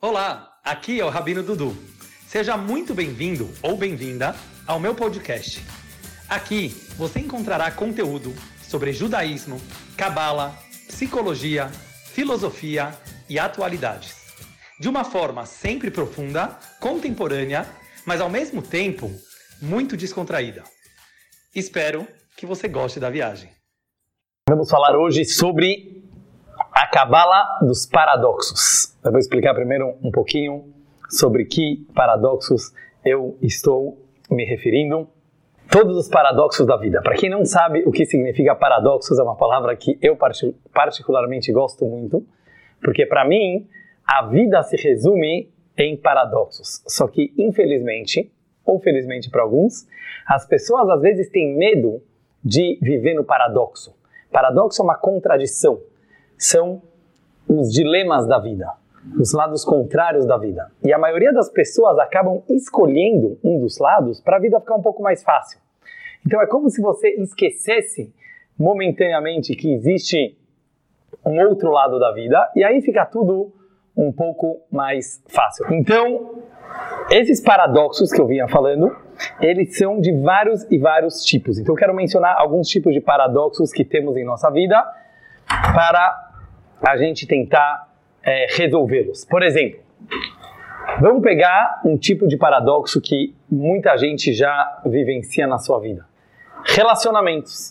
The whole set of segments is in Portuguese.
Olá, aqui é o Rabino Dudu. Seja muito bem-vindo ou bem-vinda ao meu podcast. Aqui você encontrará conteúdo sobre judaísmo, cabala, psicologia, filosofia e atualidades. De uma forma sempre profunda, contemporânea, mas ao mesmo tempo muito descontraída. Espero que você goste da viagem. Vamos falar hoje sobre a cabala dos paradoxos. Eu vou explicar primeiro um pouquinho sobre que paradoxos eu estou me referindo. Todos os paradoxos da vida. Para quem não sabe o que significa paradoxos, é uma palavra que eu particularmente gosto muito, porque para mim a vida se resume em paradoxos. Só que infelizmente, ou felizmente para alguns, as pessoas às vezes têm medo de viver no paradoxo. Paradoxo é uma contradição. São os dilemas da vida, os lados contrários da vida. E a maioria das pessoas acabam escolhendo um dos lados para a vida ficar um pouco mais fácil. Então é como se você esquecesse momentaneamente que existe um outro lado da vida e aí fica tudo um pouco mais fácil. Então, esses paradoxos que eu vinha falando, eles são de vários e vários tipos. Então eu quero mencionar alguns tipos de paradoxos que temos em nossa vida para a gente tentar resolvê-los. Por exemplo, vamos pegar um tipo de paradoxo que muita gente já vivencia na sua vida. Relacionamentos.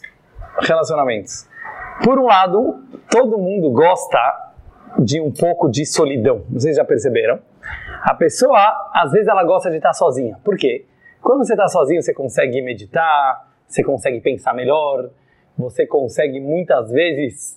Por um lado, todo mundo gosta de um pouco de solidão. Vocês já perceberam? A pessoa, às vezes, ela gosta de estar sozinha. Por quê? Quando você está sozinho, você consegue meditar, você consegue pensar melhor, você consegue muitas vezes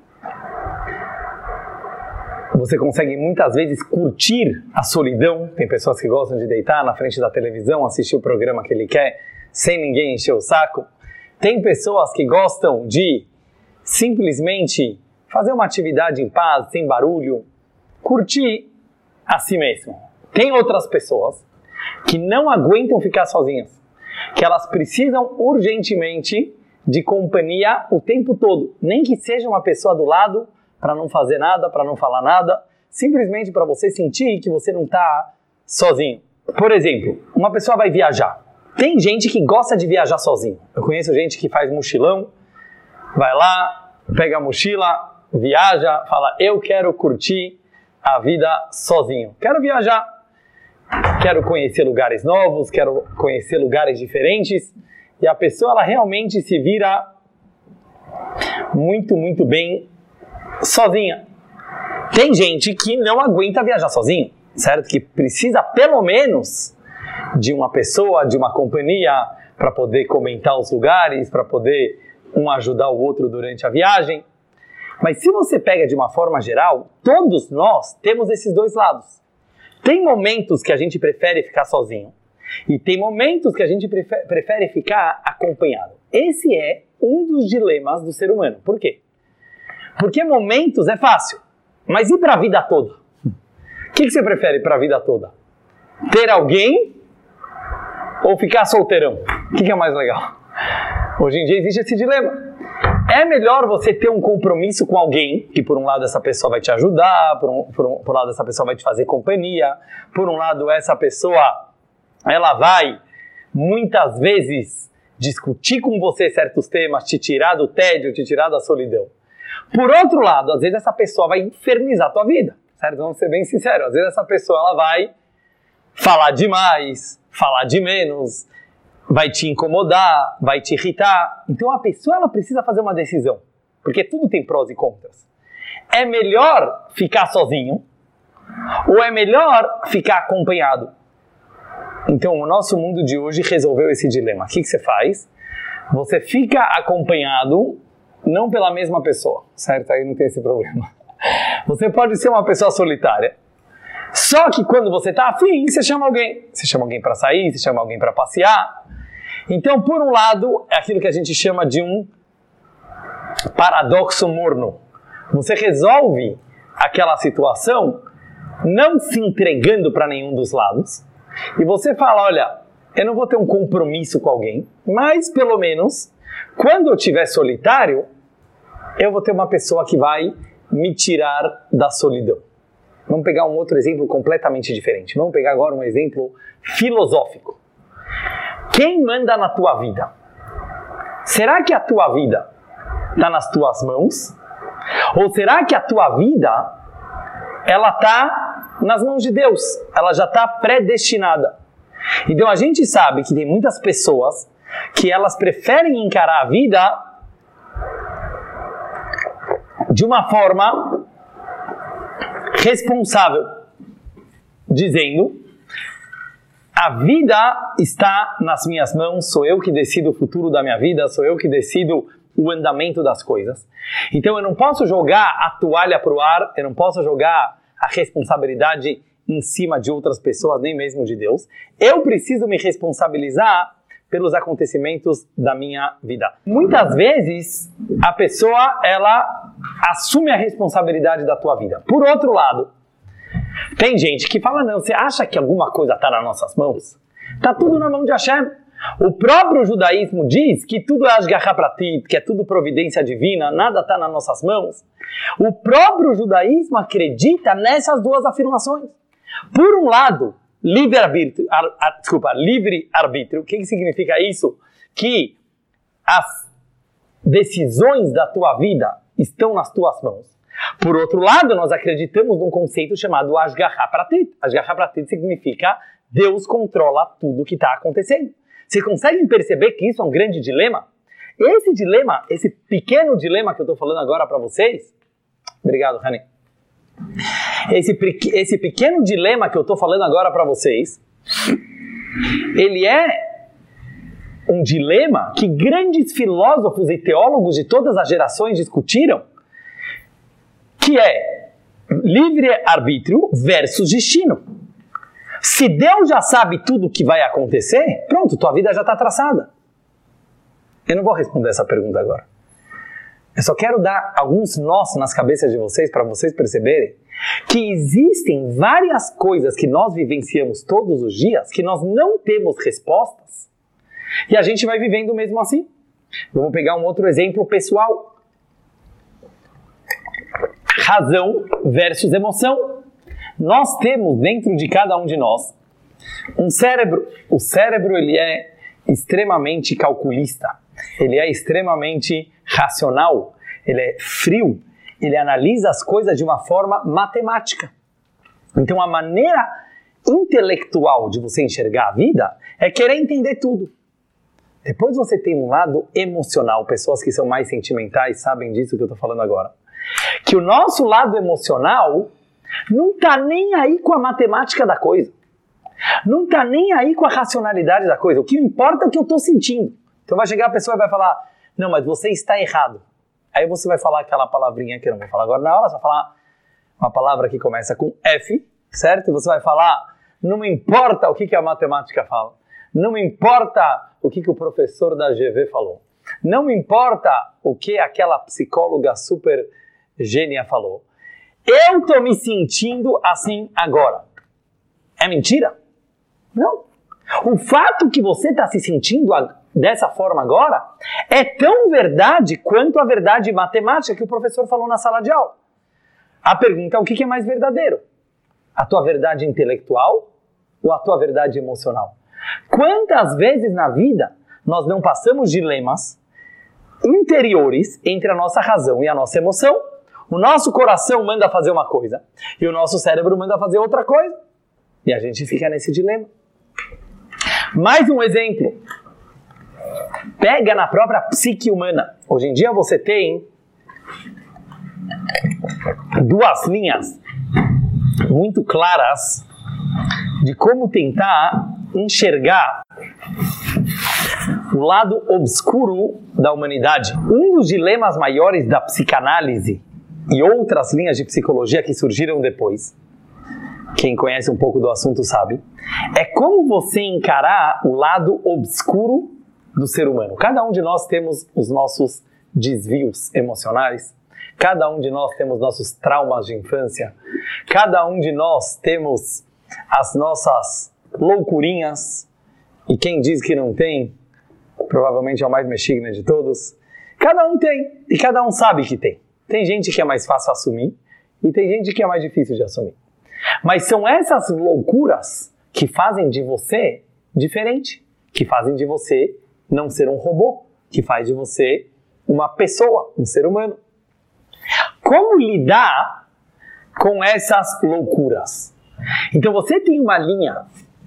curtir a solidão. Tem pessoas que gostam de deitar na frente da televisão, assistir o programa que ele quer, sem ninguém encher o saco. Tem pessoas que gostam de simplesmente fazer uma atividade em paz, sem barulho, curtir a si mesmo. Tem outras pessoas que não aguentam ficar sozinhas, que elas precisam urgentemente de companhia o tempo todo, nem que seja uma pessoa do lado para não fazer nada, para não falar nada, simplesmente para você sentir que você não está sozinho. Por exemplo, uma pessoa vai viajar. Tem gente que gosta de viajar sozinho. Eu conheço gente que faz mochilão, vai lá, pega a mochila, viaja, fala, eu quero curtir a vida sozinho. Quero viajar, quero conhecer lugares novos, quero conhecer lugares diferentes. E a pessoa, ela realmente se vira muito, muito bem sozinha. Tem gente que não aguenta viajar sozinho, certo? Que precisa pelo menos de uma pessoa, de uma companhia, para poder comentar os lugares, para poder um ajudar o outro durante a viagem. Mas se você pega de uma forma geral, todos nós temos esses dois lados. Tem momentos que a gente prefere ficar sozinho e tem momentos que a gente prefere ficar acompanhado. Esse é um dos dilemas do ser humano. Por quê? Porque momentos é fácil, mas e para a vida toda? O que você prefere para a vida toda? Ter alguém ou ficar solteirão? O que é mais legal? Hoje em dia existe esse dilema. É melhor você ter um compromisso com alguém, que por um lado essa pessoa vai te ajudar, por um lado essa pessoa vai te fazer companhia, por um lado essa pessoa ela vai muitas vezes discutir com você certos temas, te tirar do tédio, te tirar da solidão. Por outro lado, às vezes essa pessoa vai infernizar a tua vida, certo? Vamos ser bem sinceros. Às vezes essa pessoa ela vai falar demais, falar de menos, vai te incomodar, vai te irritar. Então a pessoa ela precisa fazer uma decisão, porque tudo tem prós e contras. É melhor ficar sozinho ou é melhor ficar acompanhado? Então o nosso mundo de hoje resolveu esse dilema. O que você faz? Você fica acompanhado não pela mesma pessoa, certo? Aí não tem esse problema. Você pode ser uma pessoa solitária. Só que quando você está afim, você chama alguém. Você chama alguém para sair, você chama alguém para passear. Então, por um lado, é aquilo que a gente chama de um paradoxo morno. Você resolve aquela situação não se entregando para nenhum dos lados. E você fala, olha, eu não vou ter um compromisso com alguém, mas pelo menos, quando eu estiver solitário, eu vou ter uma pessoa que vai me tirar da solidão. Vamos pegar um outro exemplo completamente diferente. Vamos pegar agora um exemplo filosófico. Quem manda na tua vida? Será que a tua vida está nas tuas mãos? Ou será que a tua vida ela está nas mãos de Deus? Ela já está predestinada. Então a gente sabe que tem muitas pessoas que elas preferem encarar a vida de uma forma responsável, dizendo: a vida está nas minhas mãos, sou eu que decido o futuro da minha vida, sou eu que decido o andamento das coisas. Então eu não posso jogar a toalha para o ar, eu não posso jogar a responsabilidade em cima de outras pessoas, nem mesmo de Deus. Eu preciso me responsabilizar pelos acontecimentos da minha vida. Muitas vezes a pessoa ela assume a responsabilidade da tua vida. Por outro lado, tem gente que fala: não, você acha que alguma coisa está nas nossas mãos? Está tudo na mão de Hashem. O próprio judaísmo diz que tudo é Ashgaha Pratit, que é tudo providência divina, nada está nas nossas mãos. O próprio judaísmo acredita nessas duas afirmações. Por um lado, livre-arbítrio. O que significa isso? Que as decisões da tua vida estão nas tuas mãos. Por outro lado, nós acreditamos num conceito chamado Ashgaha Pratit. Ashgaha Pratit significa Deus controla tudo o que está acontecendo. Vocês conseguem perceber que isso é um grande dilema? Esse dilema, esse pequeno dilema que eu estou falando agora para vocês... Obrigado, Rani. Esse pequeno dilema que eu estou falando agora para vocês, ele é um dilema que grandes filósofos e teólogos de todas as gerações discutiram, que é livre-arbítrio versus destino. Se Deus já sabe tudo o que vai acontecer, pronto, tua vida já está traçada. Eu não vou responder essa pergunta agora. Eu só quero dar alguns nós nas cabeças de vocês para vocês perceberem que existem várias coisas que nós vivenciamos todos os dias que nós não temos respostas e a gente vai vivendo mesmo assim. Vamos pegar um outro exemplo pessoal. Razão versus emoção. Nós temos dentro de cada um de nós um cérebro. O cérebro ele é extremamente calculista. Ele é extremamente racional. Ele é frio. Ele analisa as coisas de uma forma matemática. Então a maneira intelectual de você enxergar a vida é querer entender tudo. Depois você tem um lado emocional. Pessoas que são mais sentimentais sabem disso que eu estou falando agora. Que o nosso lado emocional não está nem aí com a matemática da coisa. Não está nem aí com a racionalidade da coisa. O que importa é o que eu estou sentindo. Então vai chegar a pessoa e vai falar: não, mas você está errado. Aí você vai falar aquela palavrinha que eu não vou falar agora na hora. Você vai falar uma palavra que começa com F, certo? E você vai falar: não me importa o que a matemática fala. Não me importa o que o professor da GV falou. Não me importa o que aquela psicóloga super gênia falou. Eu estou me sentindo assim agora. É mentira? Não. O fato que você está se sentindo dessa forma agora é tão verdade quanto a verdade matemática que o professor falou na sala de aula. A pergunta é: o que é mais verdadeiro? A tua verdade intelectual ou a tua verdade emocional? Quantas vezes na vida nós não passamos dilemas interiores entre a nossa razão e a nossa emoção? O nosso coração manda fazer uma coisa e o nosso cérebro manda fazer outra coisa. E a gente fica nesse dilema. Mais um exemplo. Pega na própria psique humana. Hoje em dia você tem duas linhas muito claras de como tentar enxergar o lado obscuro da humanidade. Um dos dilemas maiores da psicanálise e outras linhas de psicologia que surgiram depois, quem conhece um pouco do assunto sabe, é como você encarar o lado obscuro do ser humano. Cada um de nós temos os nossos desvios emocionais, cada um de nós temos nossos traumas de infância, cada um de nós temos as nossas loucurinhas, e quem diz que não tem, provavelmente é o mais mexigna de todos. Cada um tem, e cada um sabe que tem. Tem gente que é mais fácil assumir, e tem gente que é mais difícil de assumir. Mas são essas loucuras que fazem de você diferente, que fazem de você não ser um robô, que faz de você uma pessoa, um ser humano. Como lidar com essas loucuras? Então você tem uma linha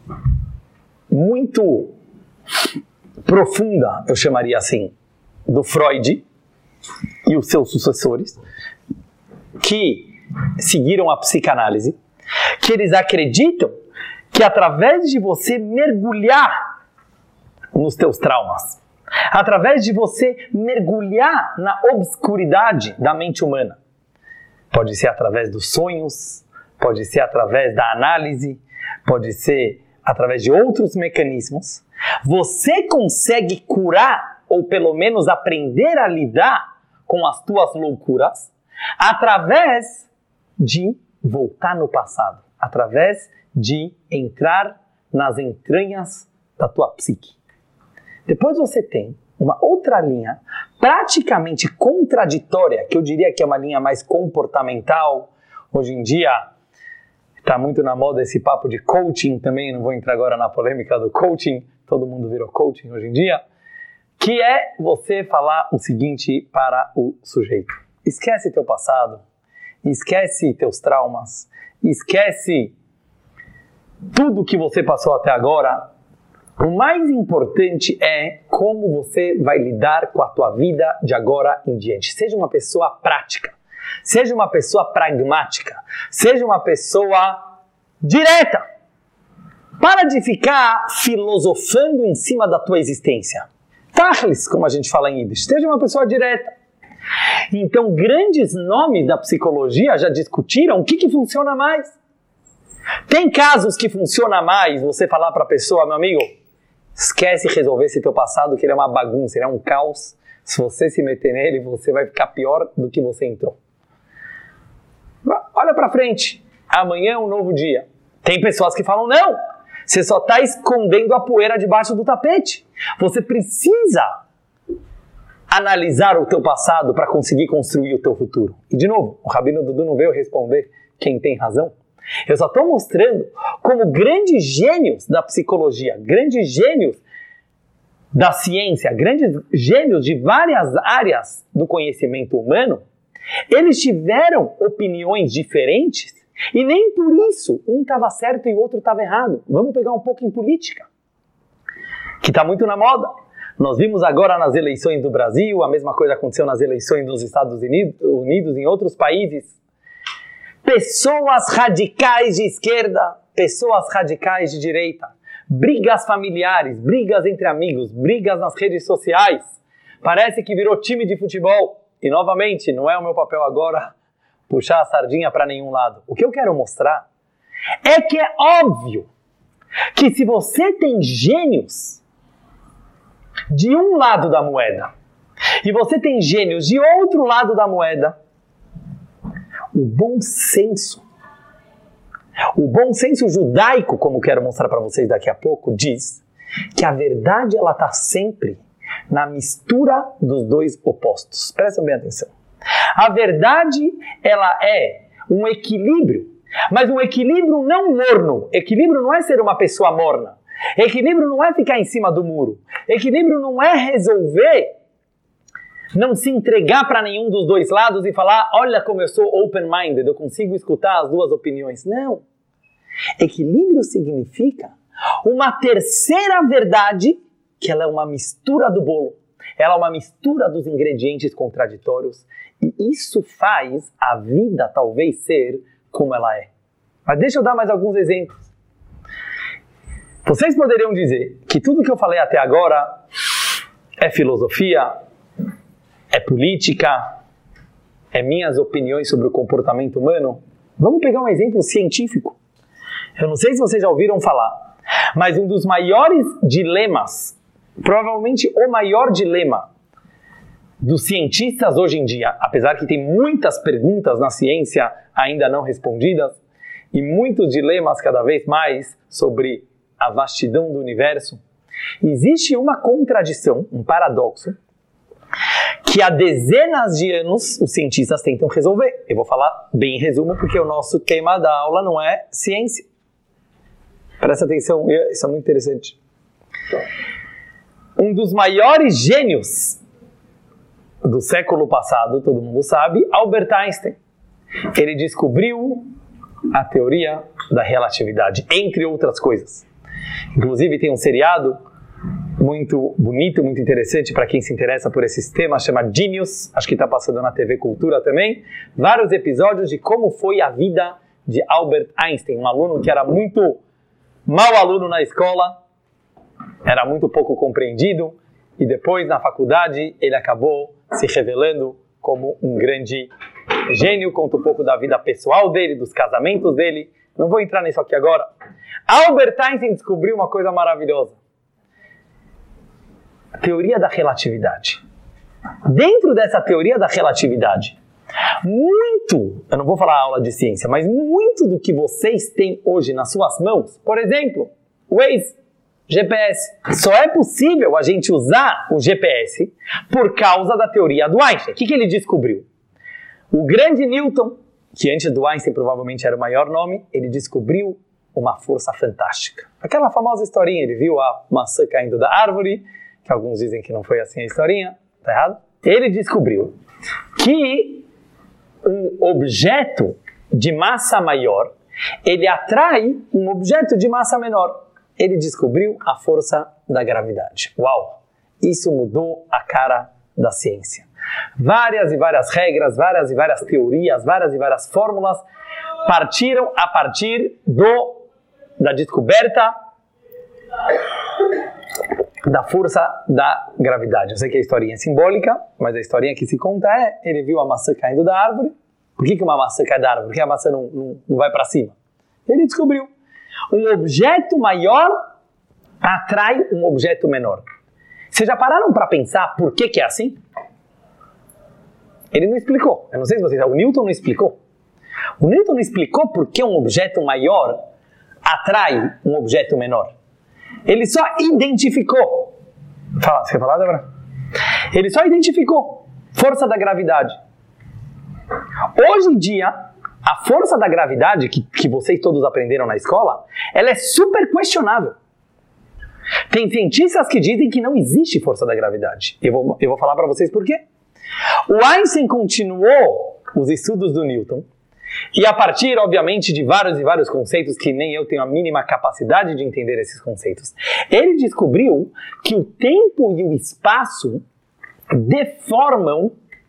muito profunda, eu chamaria assim, do Freud e os seus sucessores, que seguiram a psicanálise, que eles acreditam que através de você mergulhar nos teus traumas, através de você mergulhar na obscuridade da mente humana, pode ser através dos sonhos, pode ser através da análise, pode ser através de outros mecanismos, você consegue curar, ou pelo menos aprender a lidar com as tuas loucuras, através de voltar no passado, através de entrar nas entranhas da tua psique. Depois você tem uma outra linha praticamente contraditória, que eu diria que é uma linha mais comportamental. Hoje em dia está muito na moda esse papo de coaching também, não vou entrar agora na polêmica do coaching, todo mundo virou coaching hoje em dia, que é você falar o seguinte para o sujeito: esquece teu passado, esquece teus traumas, esquece tudo que você passou até agora. O mais importante é como você vai lidar com a tua vida de agora em diante. Seja uma pessoa prática, seja uma pessoa pragmática, seja uma pessoa direta. Para de ficar filosofando em cima da tua existência. Tachlis, como a gente fala em Yiddish. Seja uma pessoa direta. Então, grandes nomes da psicologia já discutiram o que funciona mais. Tem casos que funciona mais você falar para a pessoa: meu amigo, esquece resolver esse teu passado, que ele é uma bagunça, ele é um caos. Se você se meter nele, você vai ficar pior do que você entrou. Olha para frente, amanhã é um novo dia. Tem pessoas que falam: não, você só está escondendo a poeira debaixo do tapete. Você precisa analisar o teu passado para conseguir construir o teu futuro. E de novo, o Rabino Dudu não veio responder quem tem razão. Eu só estou mostrando como grandes gênios da psicologia, grandes gênios da ciência, grandes gênios de várias áreas do conhecimento humano, eles tiveram opiniões diferentes e nem por isso um estava certo e o outro estava errado. Vamos pegar um pouco em política, que está muito na moda. Nós vimos agora nas eleições do Brasil, a mesma coisa aconteceu nas eleições dos Estados Unidos, em outros países. Pessoas radicais de esquerda, pessoas radicais de direita, brigas familiares, brigas entre amigos, brigas nas redes sociais. Parece que virou time de futebol. E novamente, não é o meu papel agora puxar a sardinha para nenhum lado. O que eu quero mostrar é que é óbvio que se você tem gênios de um lado da moeda e você tem gênios de outro lado da moeda, o bom senso judaico, como quero mostrar para vocês daqui a pouco, diz que a verdade ela está sempre na mistura dos dois opostos. Prestem bem atenção. A verdade ela é um equilíbrio, mas um equilíbrio não morno. Equilíbrio não é ser uma pessoa morna. Equilíbrio não é ficar em cima do muro. Equilíbrio não é resolver não se entregar para nenhum dos dois lados e falar: olha como eu sou open-minded, eu consigo escutar as duas opiniões. Não. Equilíbrio significa uma terceira verdade, que ela é uma mistura do bolo. Ela é uma mistura dos ingredientes contraditórios. E isso faz a vida talvez ser como ela é. Mas deixa eu dar mais alguns exemplos. Vocês poderiam dizer que tudo que eu falei até agora é filosofia, é política, é minhas opiniões sobre o comportamento humano? Vamos pegar um exemplo científico. Eu não sei se vocês já ouviram falar, mas um dos maiores dilemas, provavelmente o maior dilema dos cientistas hoje em dia, apesar que tem muitas perguntas na ciência ainda não respondidas e muitos dilemas cada vez mais sobre a vastidão do universo, existe uma contradição, um paradoxo, que há dezenas de anos os cientistas tentam resolver. Eu vou falar bem em resumo, porque o nosso tema da aula não é ciência. Presta atenção, isso é muito interessante. Um dos maiores gênios do século passado, todo mundo sabe, Albert Einstein. Ele descobriu a teoria da relatividade, entre outras coisas. Inclusive tem um seriado muito bonito, muito interessante para quem se interessa por esses temas, chama Genius, acho que está passando na TV Cultura também. Vários episódios de como foi a vida de Albert Einstein, um aluno que era muito mau aluno na escola, era muito pouco compreendido, e depois na faculdade ele acabou se revelando como um grande gênio. Conta um pouco da vida pessoal dele, dos casamentos dele, não vou entrar nisso aqui agora. Albert Einstein descobriu uma coisa maravilhosa: a teoria da relatividade. Dentro dessa teoria da relatividade, eu não vou falar aula de ciência, mas muito do que vocês têm hoje nas suas mãos, por exemplo, Waze, GPS, só é possível a gente usar o GPS por causa da teoria do Einstein. O que ele descobriu? O grande Newton, que antes do Einstein provavelmente era o maior nome, ele descobriu uma força fantástica. Aquela famosa historinha, ele viu a maçã caindo da árvore, que alguns dizem que não foi assim a historinha, tá errado? Ele descobriu que um objeto de massa maior, ele atrai um objeto de massa menor. Ele descobriu a força da gravidade. Uau! Isso mudou a cara da ciência. Várias e várias regras, várias e várias teorias, várias e várias fórmulas partiram a partir da descoberta da força da gravidade. Eu sei que a historinha é simbólica, mas a historinha que se conta é: ele viu a maçã caindo da árvore. Por que uma maçã cai da árvore? Por que a maçã não vai para cima? Ele descobriu. Um objeto maior atrai um objeto menor. Vocês já pararam para pensar por que é assim? Ele não explicou. Eu não sei se vocês... O Newton não explicou. O Newton não explicou por que um objeto maior atrai um objeto menor. Ele só identificou. Você quer falar, Débora? Ele só identificou força da gravidade. Hoje em dia, a força da gravidade, que vocês todos aprenderam na escola, ela é super questionável. Tem cientistas que dizem que não existe força da gravidade. Eu vou falar para vocês por quê. O Einstein continuou os estudos do Newton, e a partir, obviamente, de vários e vários conceitos que nem eu tenho a mínima capacidade de entender esses conceitos, ele descobriu que o tempo e o espaço deformam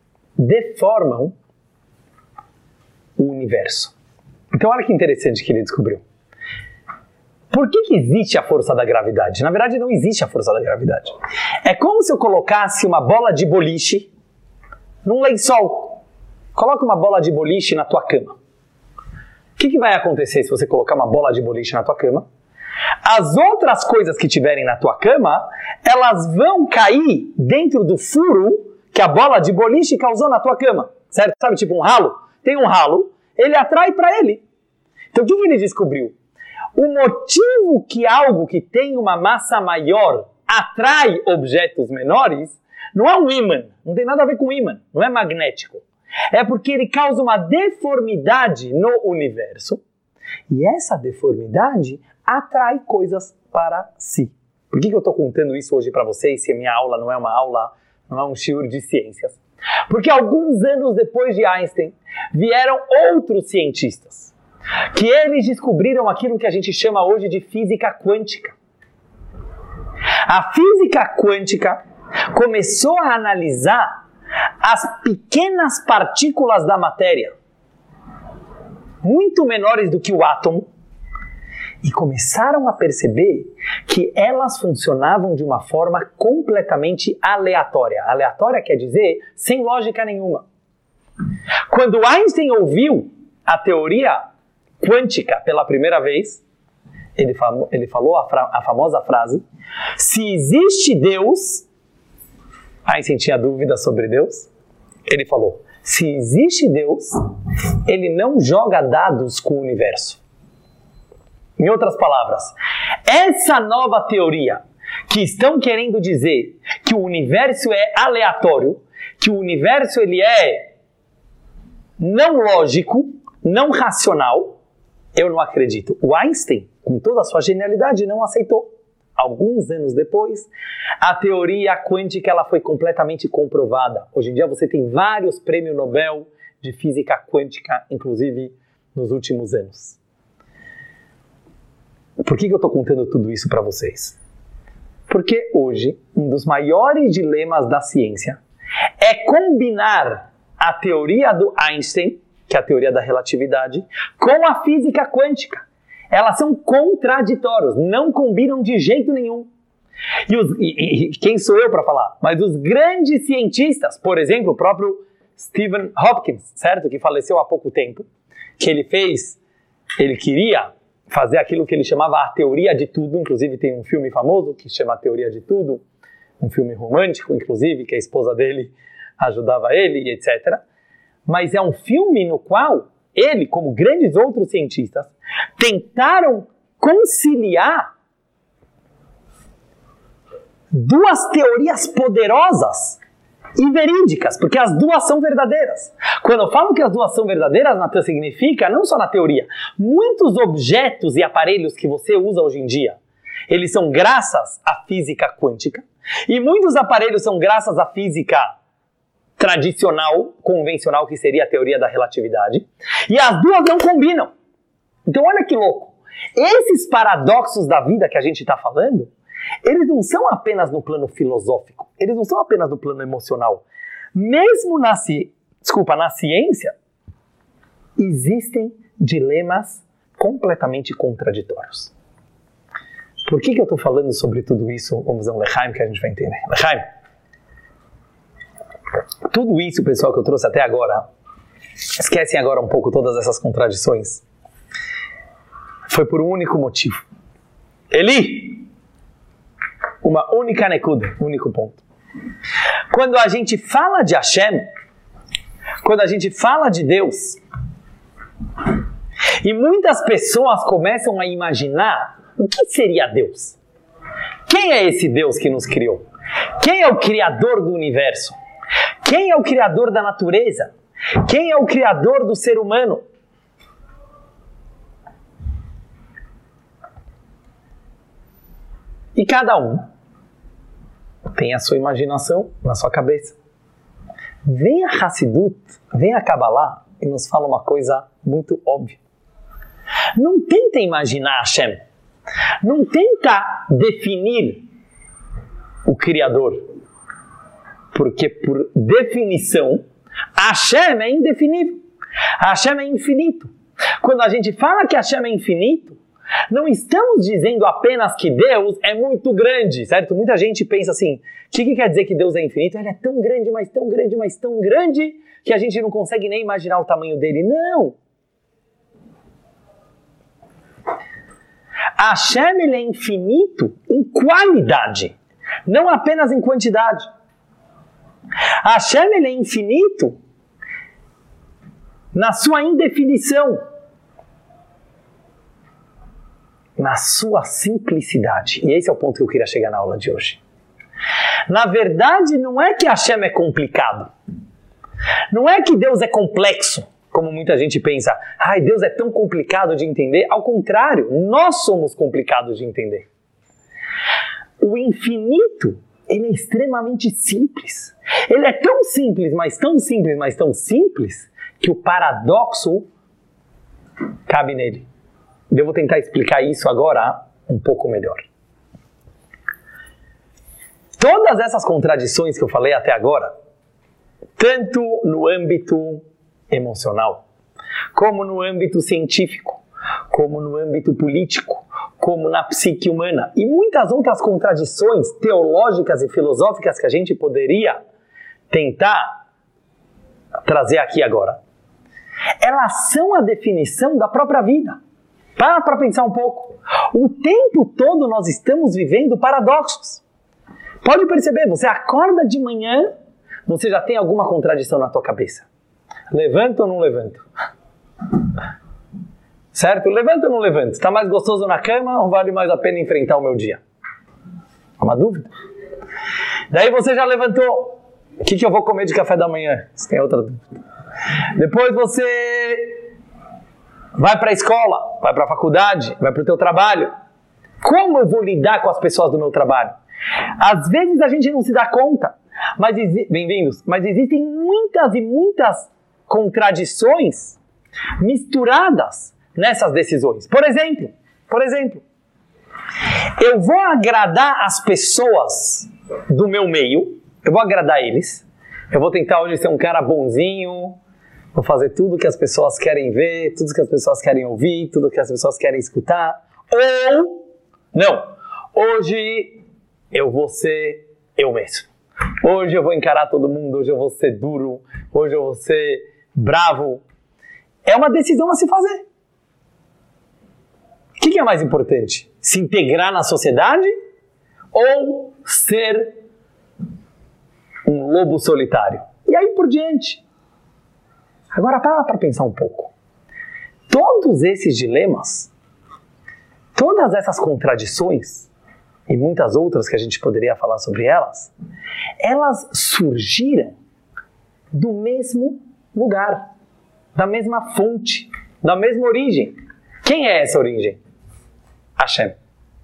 o universo. Então olha que interessante que ele descobriu. Por que existe a força da gravidade? Na verdade não existe a força da gravidade. É como se eu colocasse uma bola de boliche num lençol. Coloca uma bola de boliche na tua cama. O que vai acontecer se você colocar uma bola de boliche na tua cama? As outras coisas que tiverem na tua cama, elas vão cair dentro do furo que a bola de boliche causou na tua cama. Certo? Sabe, tipo um ralo? Tem um ralo, ele atrai para ele. Então o que ele descobriu? O motivo que algo que tem uma massa maior atrai objetos menores não é um ímã, não tem nada a ver com ímã, não é magnético. É porque ele causa uma deformidade no universo, e essa deformidade atrai coisas para si. Por que eu estou contando isso hoje para vocês, se a minha aula não é uma aula, não é um shiur de ciências? Porque alguns anos depois de Einstein, vieram outros cientistas, que eles descobriram aquilo que a gente chama hoje de física quântica. A física quântica começou a analisar as pequenas partículas da matéria, muito menores do que o átomo, e começaram a perceber que elas funcionavam de uma forma completamente aleatória. Aleatória quer dizer sem lógica nenhuma. Quando Einstein ouviu a teoria quântica pela primeira vez, ele falou a famosa frase: se existe Deus... Einstein tinha dúvidas sobre Deus. Ele falou: se existe Deus, ele não joga dados com o universo. Em outras palavras, essa nova teoria que estão querendo dizer que o universo é aleatório, que o universo ele é não lógico, não racional, eu não acredito. O Einstein, com toda a sua genialidade, não aceitou. Alguns anos depois, a teoria quântica ela foi completamente comprovada. Hoje em dia você tem vários prêmios Nobel de física quântica, inclusive nos últimos anos. Por que eu estou contando tudo isso para vocês? Porque hoje, um dos maiores dilemas da ciência é combinar a teoria do Einstein, que é a teoria da relatividade, com a física quântica. Elas são contraditórias, não combinam de jeito nenhum. E quem sou eu para falar? Mas os grandes cientistas, por exemplo, o próprio Stephen Hopkins, certo? Que faleceu há pouco tempo, que ele queria fazer aquilo que ele chamava a teoria de tudo, inclusive tem um filme famoso que se chama A Teoria de Tudo, um filme romântico, inclusive, que a esposa dele ajudava ele, etc. Mas é um filme no qual ele, como grandes outros cientistas, tentaram conciliar duas teorias poderosas e verídicas, porque as duas são verdadeiras. Quando eu falo que as duas são verdadeiras, Natan, significa não só na teoria. Muitos objetos e aparelhos que você usa hoje em dia, eles são graças à física quântica, e muitos aparelhos são graças à física tradicional, convencional, que seria a teoria da relatividade, e as duas não combinam. Então olha que louco. Esses paradoxos da vida que a gente está falando, eles não são apenas no plano filosófico, eles não são apenas no plano emocional. Mesmo na ciência, existem dilemas completamente contraditórios. Por que eu estou falando sobre tudo isso? Vamos ver um Lechaim que a gente vai entender. Lechaim. Tudo isso, pessoal, que eu trouxe até agora, esquecem agora um pouco todas essas contradições, foi por um único motivo. Eli, uma única nekuda, um único ponto. Quando a gente fala de Hashem, quando a gente fala de Deus, e muitas pessoas começam a imaginar o que seria Deus. Quem é esse Deus que nos criou? Quem é o criador do universo? Quem é o criador da natureza? Quem é o criador do ser humano? E cada um tem a sua imaginação na sua cabeça. Vem a Hassidut, vem a Kabbalah e nos fala uma coisa muito óbvia. Não tenta imaginar Hashem. Não tenta definir o Criador. Porque, por definição, Hashem é indefinível. Hashem é infinito. Quando a gente fala que Hashem é infinito, não estamos dizendo apenas que Deus é muito grande, certo? Muita gente pensa assim, o que quer dizer que Deus é infinito? Ele é tão grande, mas tão grande, mas tão grande, que a gente não consegue nem imaginar o tamanho dele. Não! Hashem ele é infinito em qualidade, não apenas em quantidade. Hashem ele é infinito na sua indefinição, na sua simplicidade. E esse é o ponto que eu queria chegar na aula de hoje. Na verdade, não é que Hashem é complicado. Não é que Deus é complexo, como muita gente pensa. Ai, Deus é tão complicado de entender. Ao contrário, nós somos complicados de entender. O infinito, ele é extremamente simples. Ele é tão simples, mas tão simples, mas tão simples, que o paradoxo cabe nele. Eu vou tentar explicar isso agora um pouco melhor. Todas essas contradições que eu falei até agora, tanto no âmbito emocional, como no âmbito científico, como no âmbito político, como na psique humana, e muitas outras contradições teológicas e filosóficas que a gente poderia tentar trazer aqui agora, elas são a definição da própria vida. Para pensar um pouco. O tempo todo nós estamos vivendo paradoxos. Pode perceber, você acorda de manhã, você já tem alguma contradição na tua cabeça. Levanto ou não levanto? Certo? Levanto ou não levanto? Está mais gostoso na cama ou vale mais a pena enfrentar o meu dia? É uma dúvida. Daí você já levantou. O que eu vou comer de café da manhã? Você tem outra dúvida. Depois você vai para a escola, vai para a faculdade, vai para o teu trabalho. Como eu vou lidar com as pessoas do meu trabalho? Às vezes a gente não se dá conta, mas bem-vindos, mas existem muitas e muitas contradições misturadas nessas decisões. Por exemplo, eu vou agradar as pessoas do meu meio, eu vou agradar eles, eu vou tentar hoje ser um cara bonzinho, vou fazer tudo que as pessoas querem ver, tudo que as pessoas querem ouvir, tudo que as pessoas querem escutar, ou, não, hoje eu vou ser eu mesmo. Hoje eu vou encarar todo mundo, hoje eu vou ser duro, hoje eu vou ser bravo. É uma decisão a se fazer. O que é mais importante? Se integrar na sociedade ou ser um lobo solitário? E aí por diante. Agora para pensar um pouco. Todos esses dilemas, todas essas contradições, e muitas outras que a gente poderia falar sobre elas surgiram do mesmo lugar, da mesma fonte, da mesma origem. Quem é essa origem? Hashem.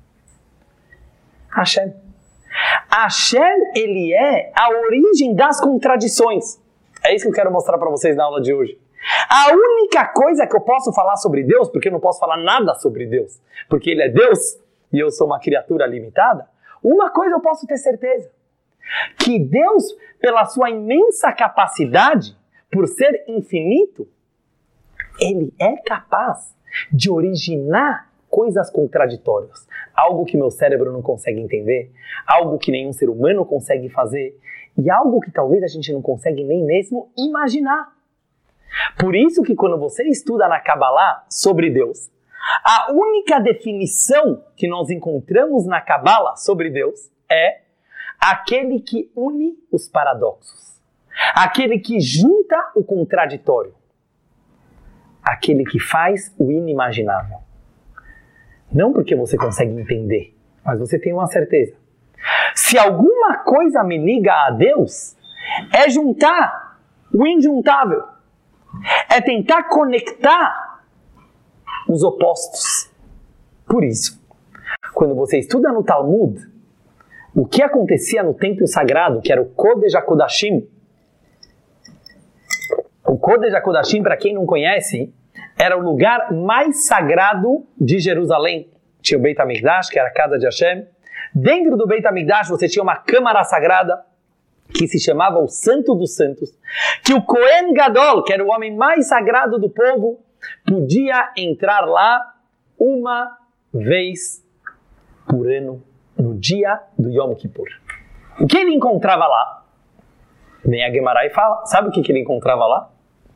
Hashem. Hashem, ele é a origem das contradições. É isso que eu quero mostrar para vocês na aula de hoje. A única coisa que eu posso falar sobre Deus, porque eu não posso falar nada sobre Deus, porque ele é Deus e eu sou uma criatura limitada, uma coisa eu posso ter certeza, que Deus, pela sua imensa capacidade, por ser infinito, ele é capaz de originar coisas contraditórias, algo que meu cérebro não consegue entender, algo que nenhum ser humano consegue fazer, e algo que talvez a gente não consegue nem mesmo imaginar. Por isso que quando você estuda na Kabbalah sobre Deus, a única definição que nós encontramos na Kabbalah sobre Deus é aquele que une os paradoxos, aquele que junta o contraditório, aquele que faz o inimaginável. Não porque você consegue entender, mas você tem uma certeza. Se alguma coisa me liga a Deus, é juntar o injuntável, é tentar conectar os opostos. Por isso, quando você estuda no Talmud, o que acontecia no templo sagrado, que era o Kodesh HaKodashim. O Kodesh HaKodashim, para quem não conhece, era o lugar mais sagrado de Jerusalém. Tinha o Beit HaMikdash, que era a casa de Hashem. Dentro do Beit HaMikdash você tinha uma câmara sagrada, que se chamava o Santo dos Santos, que o Kohen Gadol, que era o homem mais sagrado do povo, podia entrar lá uma vez por ano, no dia do Yom Kippur. O que ele encontrava lá? Vem a Gemara e fala, sabe o que ele encontrava lá?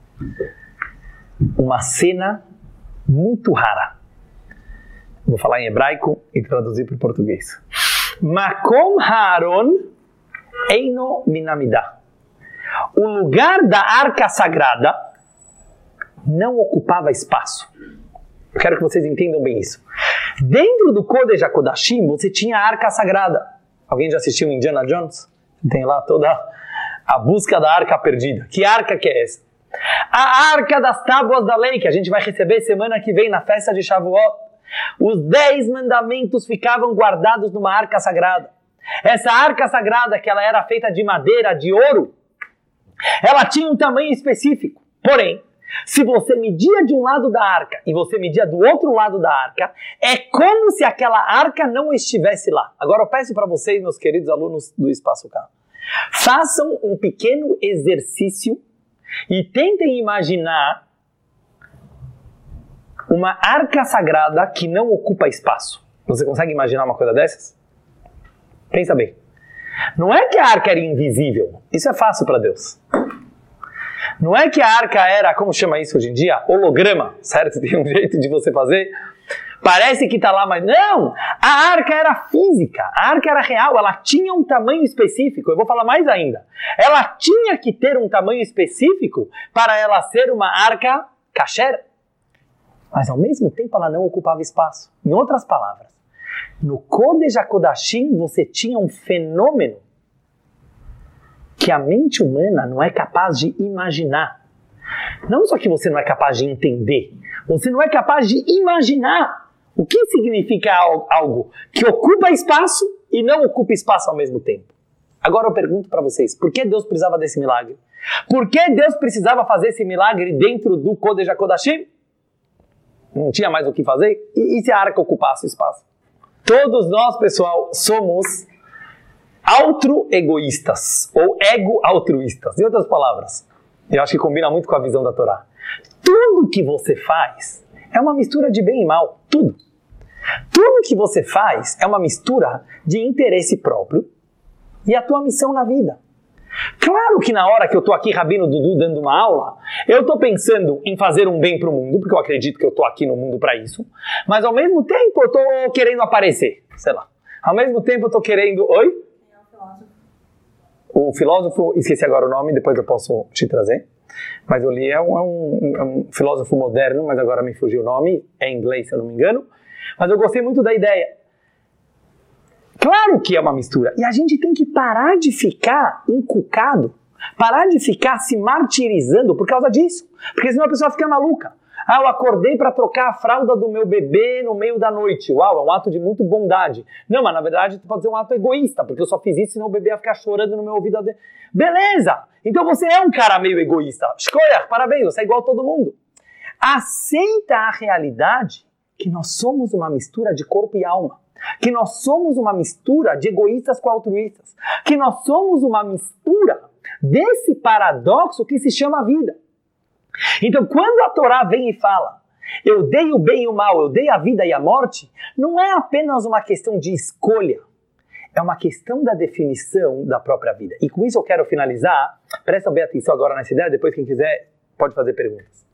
Uma cena muito rara. Vou falar em hebraico e traduzir para o português. Makom Haaron Eino Minamidah. O lugar da arca sagrada não ocupava espaço. Eu quero que vocês entendam bem isso. Dentro do Kodesh HaKodashim, você tinha a arca sagrada. Alguém já assistiu Indiana Jones? Tem lá toda a busca da arca perdida. Que arca que é essa? A arca das tábuas da lei, que a gente vai receber semana que vem na festa de Shavuot. Os 10 mandamentos ficavam guardados numa arca sagrada. Essa arca sagrada, que ela era feita de madeira, de ouro, ela tinha um tamanho específico. Porém, se você media de um lado da arca e você media do outro lado da arca, é como se aquela arca não estivesse lá. Agora eu peço para vocês, meus queridos alunos do Espaço K, façam um pequeno exercício e tentem imaginar uma arca sagrada que não ocupa espaço. Você consegue imaginar uma coisa dessas? Pensa bem. Não é que a arca era invisível. Isso é fácil para Deus. Não é que a arca era, como chama isso hoje em dia? Holograma, certo? Tem um jeito de você fazer. Parece que está lá, mas não! A arca era física, a arca era real, ela tinha um tamanho específico. Eu vou falar mais ainda. Ela tinha que ter um tamanho específico para ela ser uma arca kasher. Mas ao mesmo tempo ela não ocupava espaço. Em outras palavras, no Kodesh HaKodashim você tinha um fenômeno que a mente humana não é capaz de imaginar. Não só que você não é capaz de entender, você não é capaz de imaginar o que significa algo que ocupa espaço e não ocupa espaço ao mesmo tempo. Agora eu pergunto para vocês, por que Deus precisava desse milagre? Por que Deus precisava fazer esse milagre dentro do Kodesh HaKodashim? Não tinha mais o que fazer? E se a arca ocupasse o espaço? Todos nós, pessoal, somos altruegoístas ou ego-altruístas. Em outras palavras, eu acho que combina muito com a visão da Torá. Tudo que você faz é uma mistura de bem e mal. Tudo. Tudo que você faz é uma mistura de interesse próprio e a tua missão na vida. Claro que na hora que eu estou aqui, Rabino Dudu, dando uma aula, eu estou pensando em fazer um bem para o mundo, porque eu acredito que eu estou aqui no mundo para isso, mas ao mesmo tempo eu estou querendo aparecer, sei lá. Ao mesmo tempo eu estou querendo... Oi? O filósofo, esqueci agora o nome, depois eu posso te trazer, mas eu li, é um filósofo moderno, mas agora me fugiu o nome, é em inglês se eu não me engano, mas eu gostei muito da ideia. Claro que é uma mistura. E a gente tem que parar de ficar encucado, parar de ficar se martirizando por causa disso. Porque senão a pessoa fica maluca. Ah, eu acordei para trocar a fralda do meu bebê no meio da noite. Uau, é um ato de muito bondade. Não, mas na verdade pode ser um ato egoísta, porque eu só fiz isso, senão o bebê ia ficar chorando no meu ouvido. Beleza! Então você é um cara meio egoísta. Escolha, parabéns, você é igual a todo mundo. Aceita a realidade que nós somos uma mistura de corpo e alma. Que nós somos uma mistura de egoístas com altruístas, que nós somos uma mistura desse paradoxo que se chama vida. Então, quando a Torá vem e fala, eu dei o bem e o mal, eu dei a vida e a morte, não é apenas uma questão de escolha, é uma questão da definição da própria vida. E com isso eu quero finalizar, presta bem atenção agora nessa ideia, depois quem quiser pode fazer perguntas.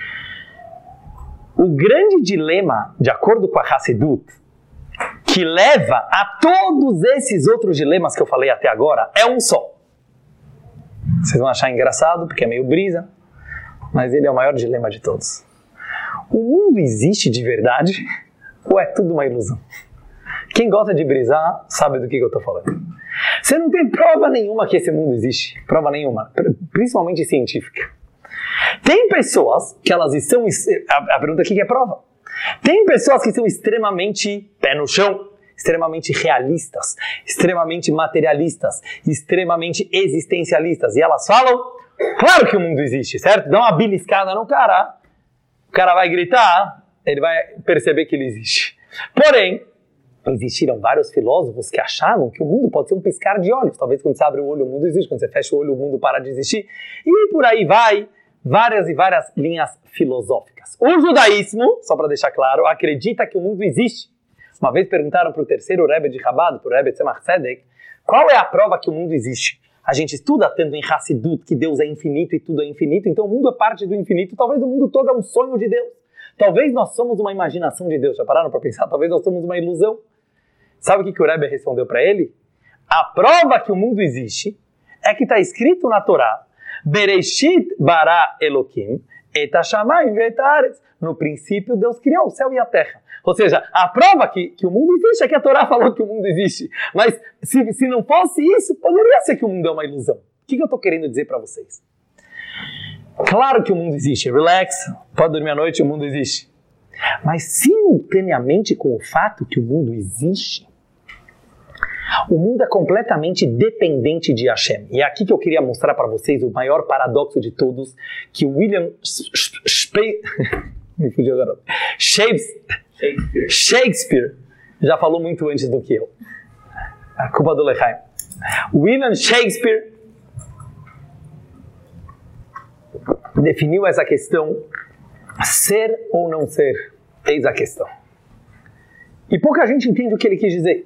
O grande dilema, de acordo com a Hassidut, que leva a todos esses outros dilemas que eu falei até agora, é um só. Vocês vão achar engraçado, porque é meio brisa, mas ele é o maior dilema de todos. O mundo existe de verdade ou é tudo uma ilusão? Quem gosta de brisar sabe do que eu estou falando. Você não tem prova nenhuma que esse mundo existe, prova nenhuma, principalmente científica. Tem pessoas que elas estão... A pergunta aqui que é prova. Tem pessoas que são extremamente pé no chão, extremamente realistas, extremamente materialistas, extremamente existencialistas. E elas falam, claro que o mundo existe, certo? Dá uma beliscada no cara, o cara vai gritar, ele vai perceber que ele existe. Porém, existiram vários filósofos que achavam que o mundo pode ser um piscar de olhos. Talvez quando você abre o olho o mundo existe, quando você fecha o olho o mundo para de existir. E por aí vai, várias e várias linhas filosóficas. O judaísmo, só para deixar claro, acredita que o mundo existe. Uma vez perguntaram para o terceiro Rebbe de Chabad, para o Rebbe Tzemach Tzedek, qual é a prova que o mundo existe? A gente estuda tendo em Hassidut que Deus é infinito e tudo é infinito, então o mundo é parte do infinito, talvez o mundo todo é um sonho de Deus. Talvez nós somos uma imaginação de Deus. Já pararam para pensar? Talvez nós somos uma ilusão. Sabe o que o Rebbe respondeu para ele? A prova que o mundo existe é que está escrito na Torá, Bereshit bara Elokim et hashamayim ve'et haaretz. No princípio Deus criou o céu e a terra. Ou seja, a prova que o mundo existe é que a Torá falou que o mundo existe. Mas se não fosse isso, poderia ser que o mundo é uma ilusão. O que eu estou querendo dizer para vocês? Claro que o mundo existe. Relax, pode dormir à noite, o mundo existe. Mas simultaneamente com o fato que o mundo existe, o mundo é completamente dependente de Hashem. E é aqui que eu queria mostrar para vocês o maior paradoxo de todos, que o William Shakespeare já falou muito antes do que eu. A culpa do Lechaim. William Shakespeare definiu essa questão, ser ou não ser, eis a questão. E pouca gente entende o que ele quis dizer.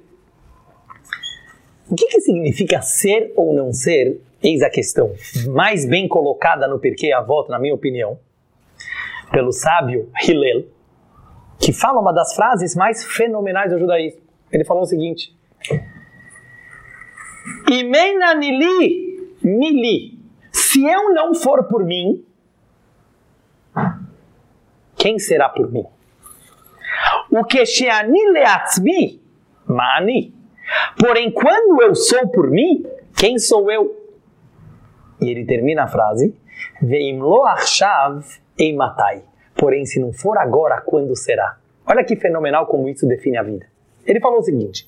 O que significa ser ou não ser, eis a questão. Mais bem colocada no Pirkei Avot, na minha opinião, pelo sábio Hillel, que fala uma das frases mais fenomenais do judaísmo. Ele falou o seguinte: Imeina nili mili. Se eu não for por mim, quem será por mim? O que she'ani le'atzmi, ma'ani. Porém, quando eu sou por mim, quem sou eu? E ele termina a frase, Veim lo achshav eimatai. Porém, se não for agora, quando será? Olha que fenomenal como isso define a vida. Ele falou o seguinte,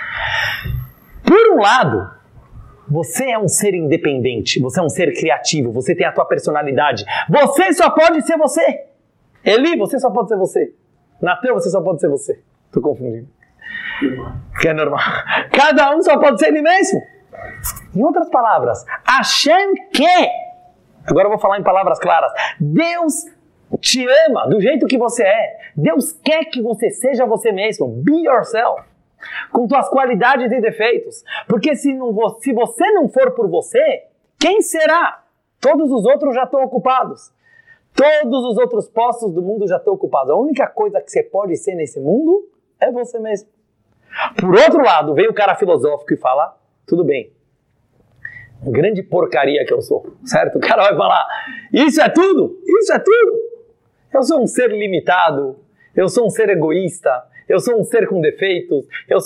por um lado, você é um ser independente, você é um ser criativo, você tem a tua personalidade, você só pode ser você. Eli, você só pode ser você. Natan, você só pode ser você. Tô confundindo. Que é normal. Cada um só pode ser ele mesmo. Em outras palavras, Hashem quer. Agora eu vou falar em palavras claras. Deus te ama do jeito que você é. Deus quer que você seja você mesmo. Be yourself. Com suas qualidades e defeitos. Porque se você não for por você, quem será? Todos os outros já estão ocupados. Todos os outros postos do mundo já estão ocupados. A única coisa que você pode ser nesse mundo é você mesmo. Por outro lado, vem o cara filosófico e fala, tudo bem, grande porcaria que eu sou, certo? O cara vai falar, isso é tudo? Isso é tudo? Eu sou um ser limitado, eu sou um ser egoísta, eu sou um ser com defeitos,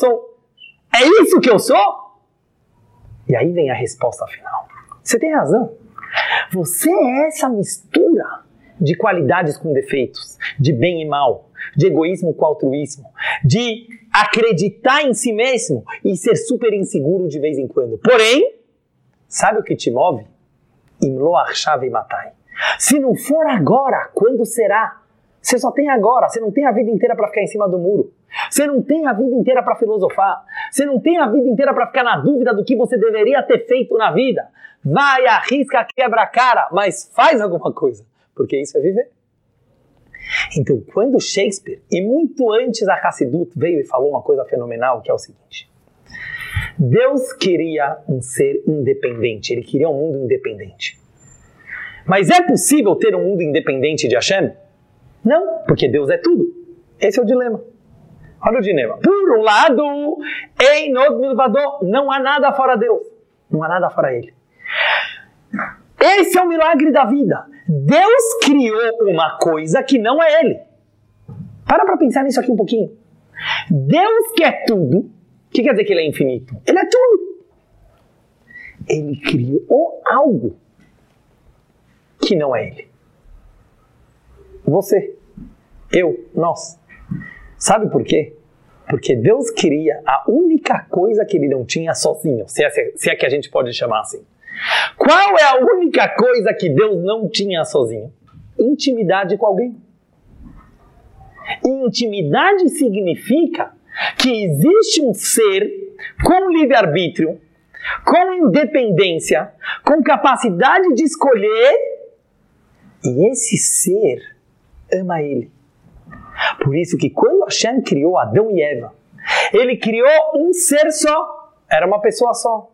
é isso que eu sou? E aí vem a resposta final. Você tem razão. Você é essa mistura de qualidades com defeitos, de bem e mal, de egoísmo com altruísmo, de acreditar em si mesmo e ser super inseguro de vez em quando. Porém, sabe o que te move? Imlo achshav eimatai. Se não for agora, quando será? Você só tem agora, você não tem a vida inteira para ficar em cima do muro. Você não tem a vida inteira para filosofar. Você não tem a vida inteira para ficar na dúvida do que você deveria ter feito na vida. Vai, arrisca, quebra a cara, mas faz alguma coisa, porque isso é viver. Então, quando Shakespeare, e muito antes a Hassidut veio e falou uma coisa fenomenal, que é o seguinte. Deus queria um ser independente, ele queria um mundo independente. Mas é possível ter um mundo independente de Hashem? Não, porque Deus é tudo. Esse é o dilema. Olha o dilema. Por um lado, Einod milvado, não há nada fora Deus. Não há nada fora Ele. Esse é o milagre da vida. Deus criou uma coisa que não é Ele. Para pensar nisso aqui um pouquinho. Deus que é tudo, o que quer dizer que Ele é infinito? Ele é tudo. Ele criou algo que não é Ele. Você, eu, nós. Sabe por quê? Porque Deus queria a única coisa que Ele não tinha sozinho, se é que a gente pode chamar assim. Qual é a única coisa que Deus não tinha sozinho? Intimidade com alguém. E intimidade significa que existe um ser com livre-arbítrio, com independência, com capacidade de escolher, e esse ser ama Ele. Por isso que quando Hashem criou Adão e Eva, Ele criou um ser só, era uma pessoa só.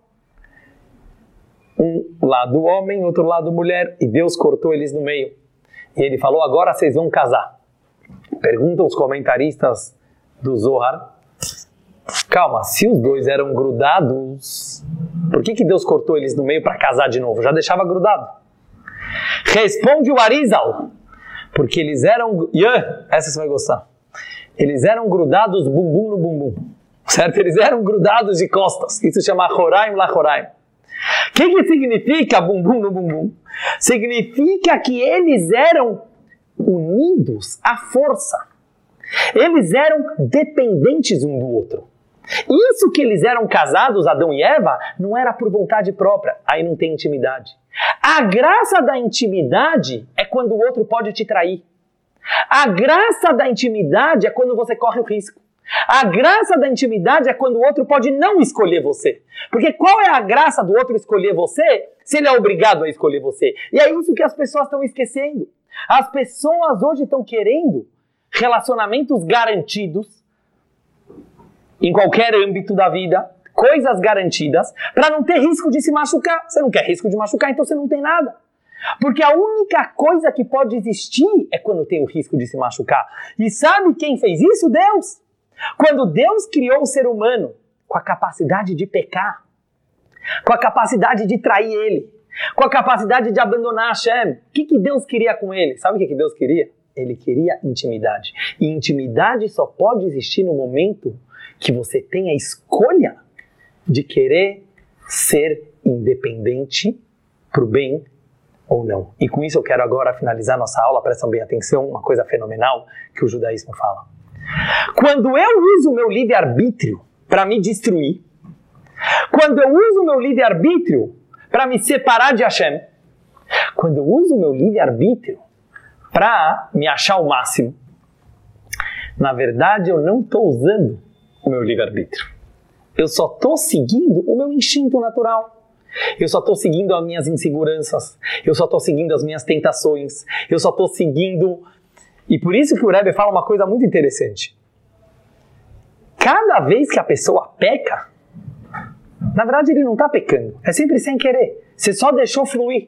Um lado homem, outro lado mulher, e Deus cortou eles no meio. E Ele falou, agora vocês vão casar. Perguntam os comentaristas do Zohar, calma, se os dois eram grudados, por que Deus cortou eles no meio para casar de novo? Já deixava grudado. Responde o Arizal, porque eles eram... essa você vai gostar. Eles eram grudados bumbum no bumbum. Certo? Eles eram grudados de costas. Isso se chama Horaim Lahoraim. O que significa bumbum no bumbum? Significa que eles eram unidos à força. Eles eram dependentes um do outro. Isso que eles eram casados, Adão e Eva, não era por vontade própria. Aí não tem intimidade. A graça da intimidade é quando o outro pode te trair. A graça da intimidade é quando você corre o risco. A graça da intimidade é quando o outro pode não escolher você. Porque qual é a graça do outro escolher você se ele é obrigado a escolher você? E é isso que as pessoas estão esquecendo. As pessoas hoje estão querendo relacionamentos garantidos em qualquer âmbito da vida, coisas garantidas, para não ter risco de se machucar. Você não quer risco de machucar, então você não tem nada. Porque a única coisa que pode existir é quando tem o risco de se machucar. E sabe quem fez isso? Deus. Quando Deus criou o ser humano com a capacidade de pecar, com a capacidade de trair ele, com a capacidade de abandonar Hashem, o que Deus queria com ele? Sabe o que Deus queria? Ele queria intimidade. E intimidade só pode existir no momento que você tem a escolha de querer ser independente para o bem ou não. E com isso eu quero agora finalizar nossa aula, prestam bem atenção, uma coisa fenomenal que o judaísmo fala. Quando eu uso o meu livre-arbítrio para me destruir, quando eu uso o meu livre-arbítrio para me separar de Hashem, quando eu uso o meu livre-arbítrio para me achar o máximo, na verdade eu não estou usando o meu livre-arbítrio. Eu só estou seguindo o meu instinto natural. Eu só estou seguindo as minhas inseguranças. Eu só estou seguindo as minhas tentações. Eu só estou seguindo... E por isso que o Rebbe fala uma coisa muito interessante. Cada vez que a pessoa peca, na verdade ele não está pecando. É sempre sem querer. Você só deixou fluir.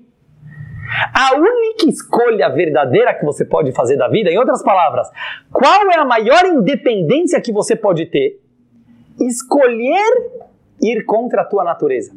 A única escolha verdadeira que você pode fazer da vida, em outras palavras, qual é a maior independência que você pode ter? Escolher ir contra a tua natureza.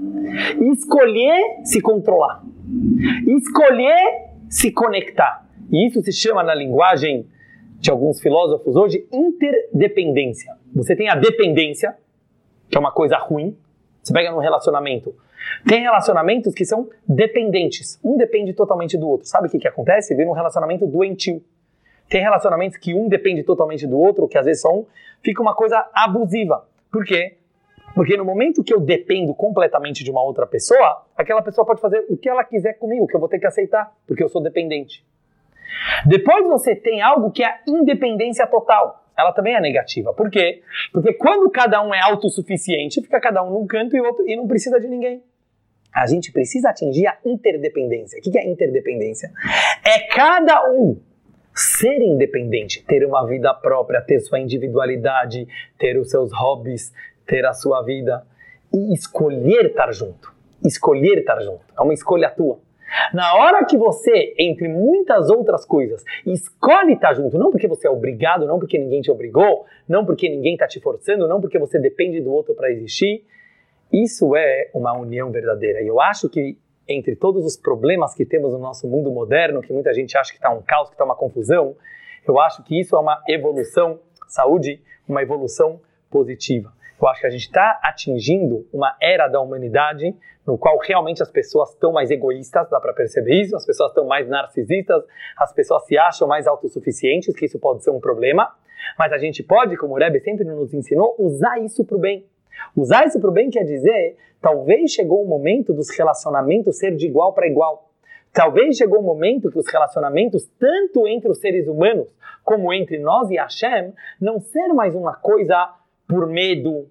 Escolher se controlar. Escolher se conectar. E isso se chama, na linguagem de alguns filósofos hoje, interdependência. Você tem a dependência, que é uma coisa ruim. Você pega num relacionamento. Tem relacionamentos que são dependentes. Um depende totalmente do outro. Sabe o que acontece? Vira um relacionamento doentio. Tem relacionamentos que um depende totalmente do outro, que às vezes só um, fica uma coisa abusiva. Por quê? Porque no momento que eu dependo completamente de uma outra pessoa, aquela pessoa pode fazer o que ela quiser comigo, que eu vou ter que aceitar, porque eu sou dependente. Depois você tem algo que é a independência total. Ela também é negativa. Por quê? Porque quando cada um é autossuficiente, fica cada um num canto e outro e não precisa de ninguém. A gente precisa atingir a interdependência. O que é interdependência? É cada um ser independente, ter uma vida própria, ter sua individualidade, ter os seus hobbies, ter a sua vida e escolher estar junto. Escolher estar junto. É uma escolha tua. Na hora que você, entre muitas outras coisas, escolhe estar junto, não porque você é obrigado, não porque ninguém te obrigou, não porque ninguém está te forçando, não porque você depende do outro para existir, isso é uma união verdadeira. E eu acho que entre todos os problemas que temos no nosso mundo moderno, que muita gente acha que está um caos, que está uma confusão, eu acho que isso é uma evolução, saúde, uma evolução positiva. Eu acho que a gente está atingindo uma era da humanidade no qual realmente as pessoas estão mais egoístas, dá para perceber isso, as pessoas estão mais narcisistas, as pessoas se acham mais autossuficientes, que isso pode ser um problema, mas a gente pode, como o Rebbe sempre nos ensinou, usar isso para o bem. Usar isso para o bem quer dizer, talvez chegou o momento dos relacionamentos ser de igual para igual. Talvez chegou o momento que os relacionamentos, tanto entre os seres humanos, como entre nós e Hashem, não ser mais uma coisa por medo,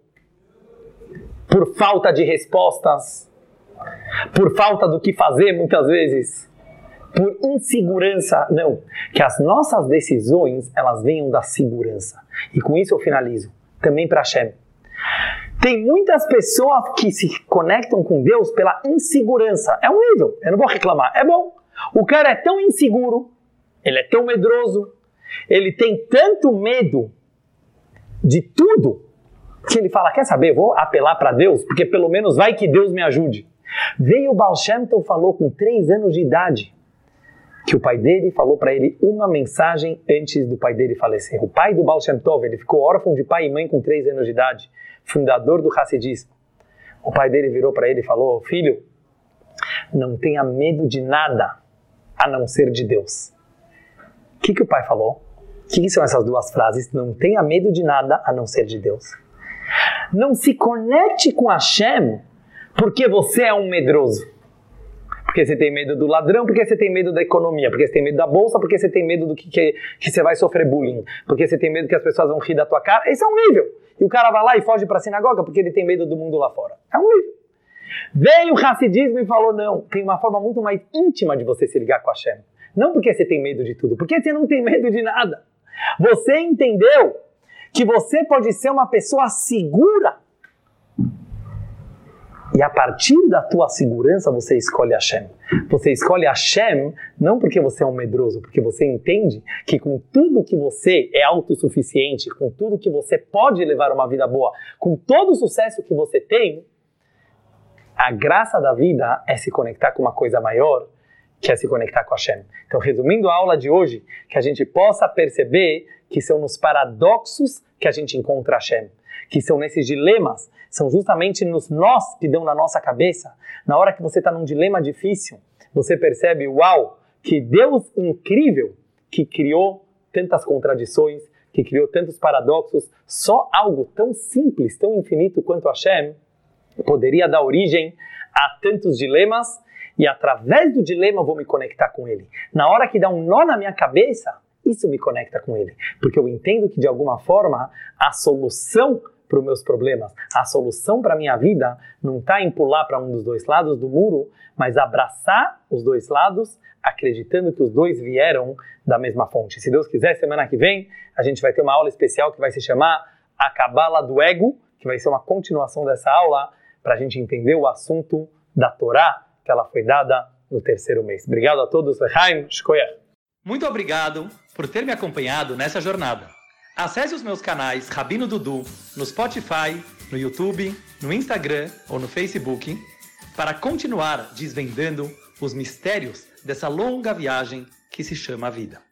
por falta de respostas, por falta do que fazer muitas vezes, por insegurança. Não, que as nossas decisões, elas venham da segurança. E com isso eu finalizo, também para Hashem. Tem muitas pessoas que se conectam com Deus pela insegurança. É um nível, eu não vou reclamar, é bom. O cara é tão inseguro, ele é tão medroso, ele tem tanto medo de tudo, que ele fala, quer saber, eu vou apelar para Deus, porque pelo menos vai que Deus me ajude. Veio o Baal Shem Tov, falou com 3 anos de idade, que o pai dele falou para ele uma mensagem antes do pai dele falecer. O pai do Baal Shem Tov, ele ficou órfão de pai e mãe com 3 anos de idade, fundador do Hassidismo. O pai dele virou para ele e falou, filho, não tenha medo de nada a não ser de Deus. O que o pai falou? O que são essas 2 frases? Não tenha medo de nada a não ser de Deus. Não se conecte com Hashem porque você é um medroso. Porque você tem medo do ladrão, porque você tem medo da economia, porque você tem medo da bolsa, porque você tem medo do que você vai sofrer bullying, porque você tem medo que as pessoas vão rir da tua cara. Esse é um nível. E o cara vai lá e foge para a sinagoga porque ele tem medo do mundo lá fora. É um nível. Veio o Hassidismo e falou, não, tem uma forma muito mais íntima de você se ligar com Hashem. Não porque você tem medo de tudo, porque você não tem medo de nada. Você entendeu que você pode ser uma pessoa segura. E a partir da tua segurança, você escolhe Hashem. Você escolhe Hashem não porque você é um medroso, porque você entende que com tudo que você é autossuficiente, com tudo que você pode levar uma vida boa, com todo o sucesso que você tem, a graça da vida é se conectar com uma coisa maior, que é se conectar com Hashem. Então, resumindo a aula de hoje, que a gente possa perceber que são nos paradoxos que a gente encontra Hashem. que são nesses dilemas, são justamente nos nós que dão na nossa cabeça. Na hora que você está num dilema difícil, você percebe, uau, que Deus incrível que criou tantas contradições, que criou tantos paradoxos, só algo tão simples, tão infinito quanto Hashem, poderia dar origem a tantos dilemas, e através do dilema eu vou me conectar com ele. Na hora que dá um nó na minha cabeça, isso me conecta com ele. Porque eu entendo que de alguma forma a solução para os meus problemas, a solução para a minha vida não está em pular para um dos dois lados do muro, mas abraçar os dois lados, acreditando que os dois vieram da mesma fonte. Se Deus quiser, semana que vem, a gente vai ter uma aula especial que vai se chamar A Cabala do Ego, que vai ser uma continuação dessa aula para a gente entender o assunto da Torá, que ela foi dada no 3º mês. Obrigado a todos. Lechaim, shkoyach. Muito obrigado por ter me acompanhado nessa jornada. Acesse os meus canais Rabino Dudu no Spotify, no YouTube, no Instagram ou no Facebook para continuar desvendando os mistérios dessa longa viagem que se chama vida.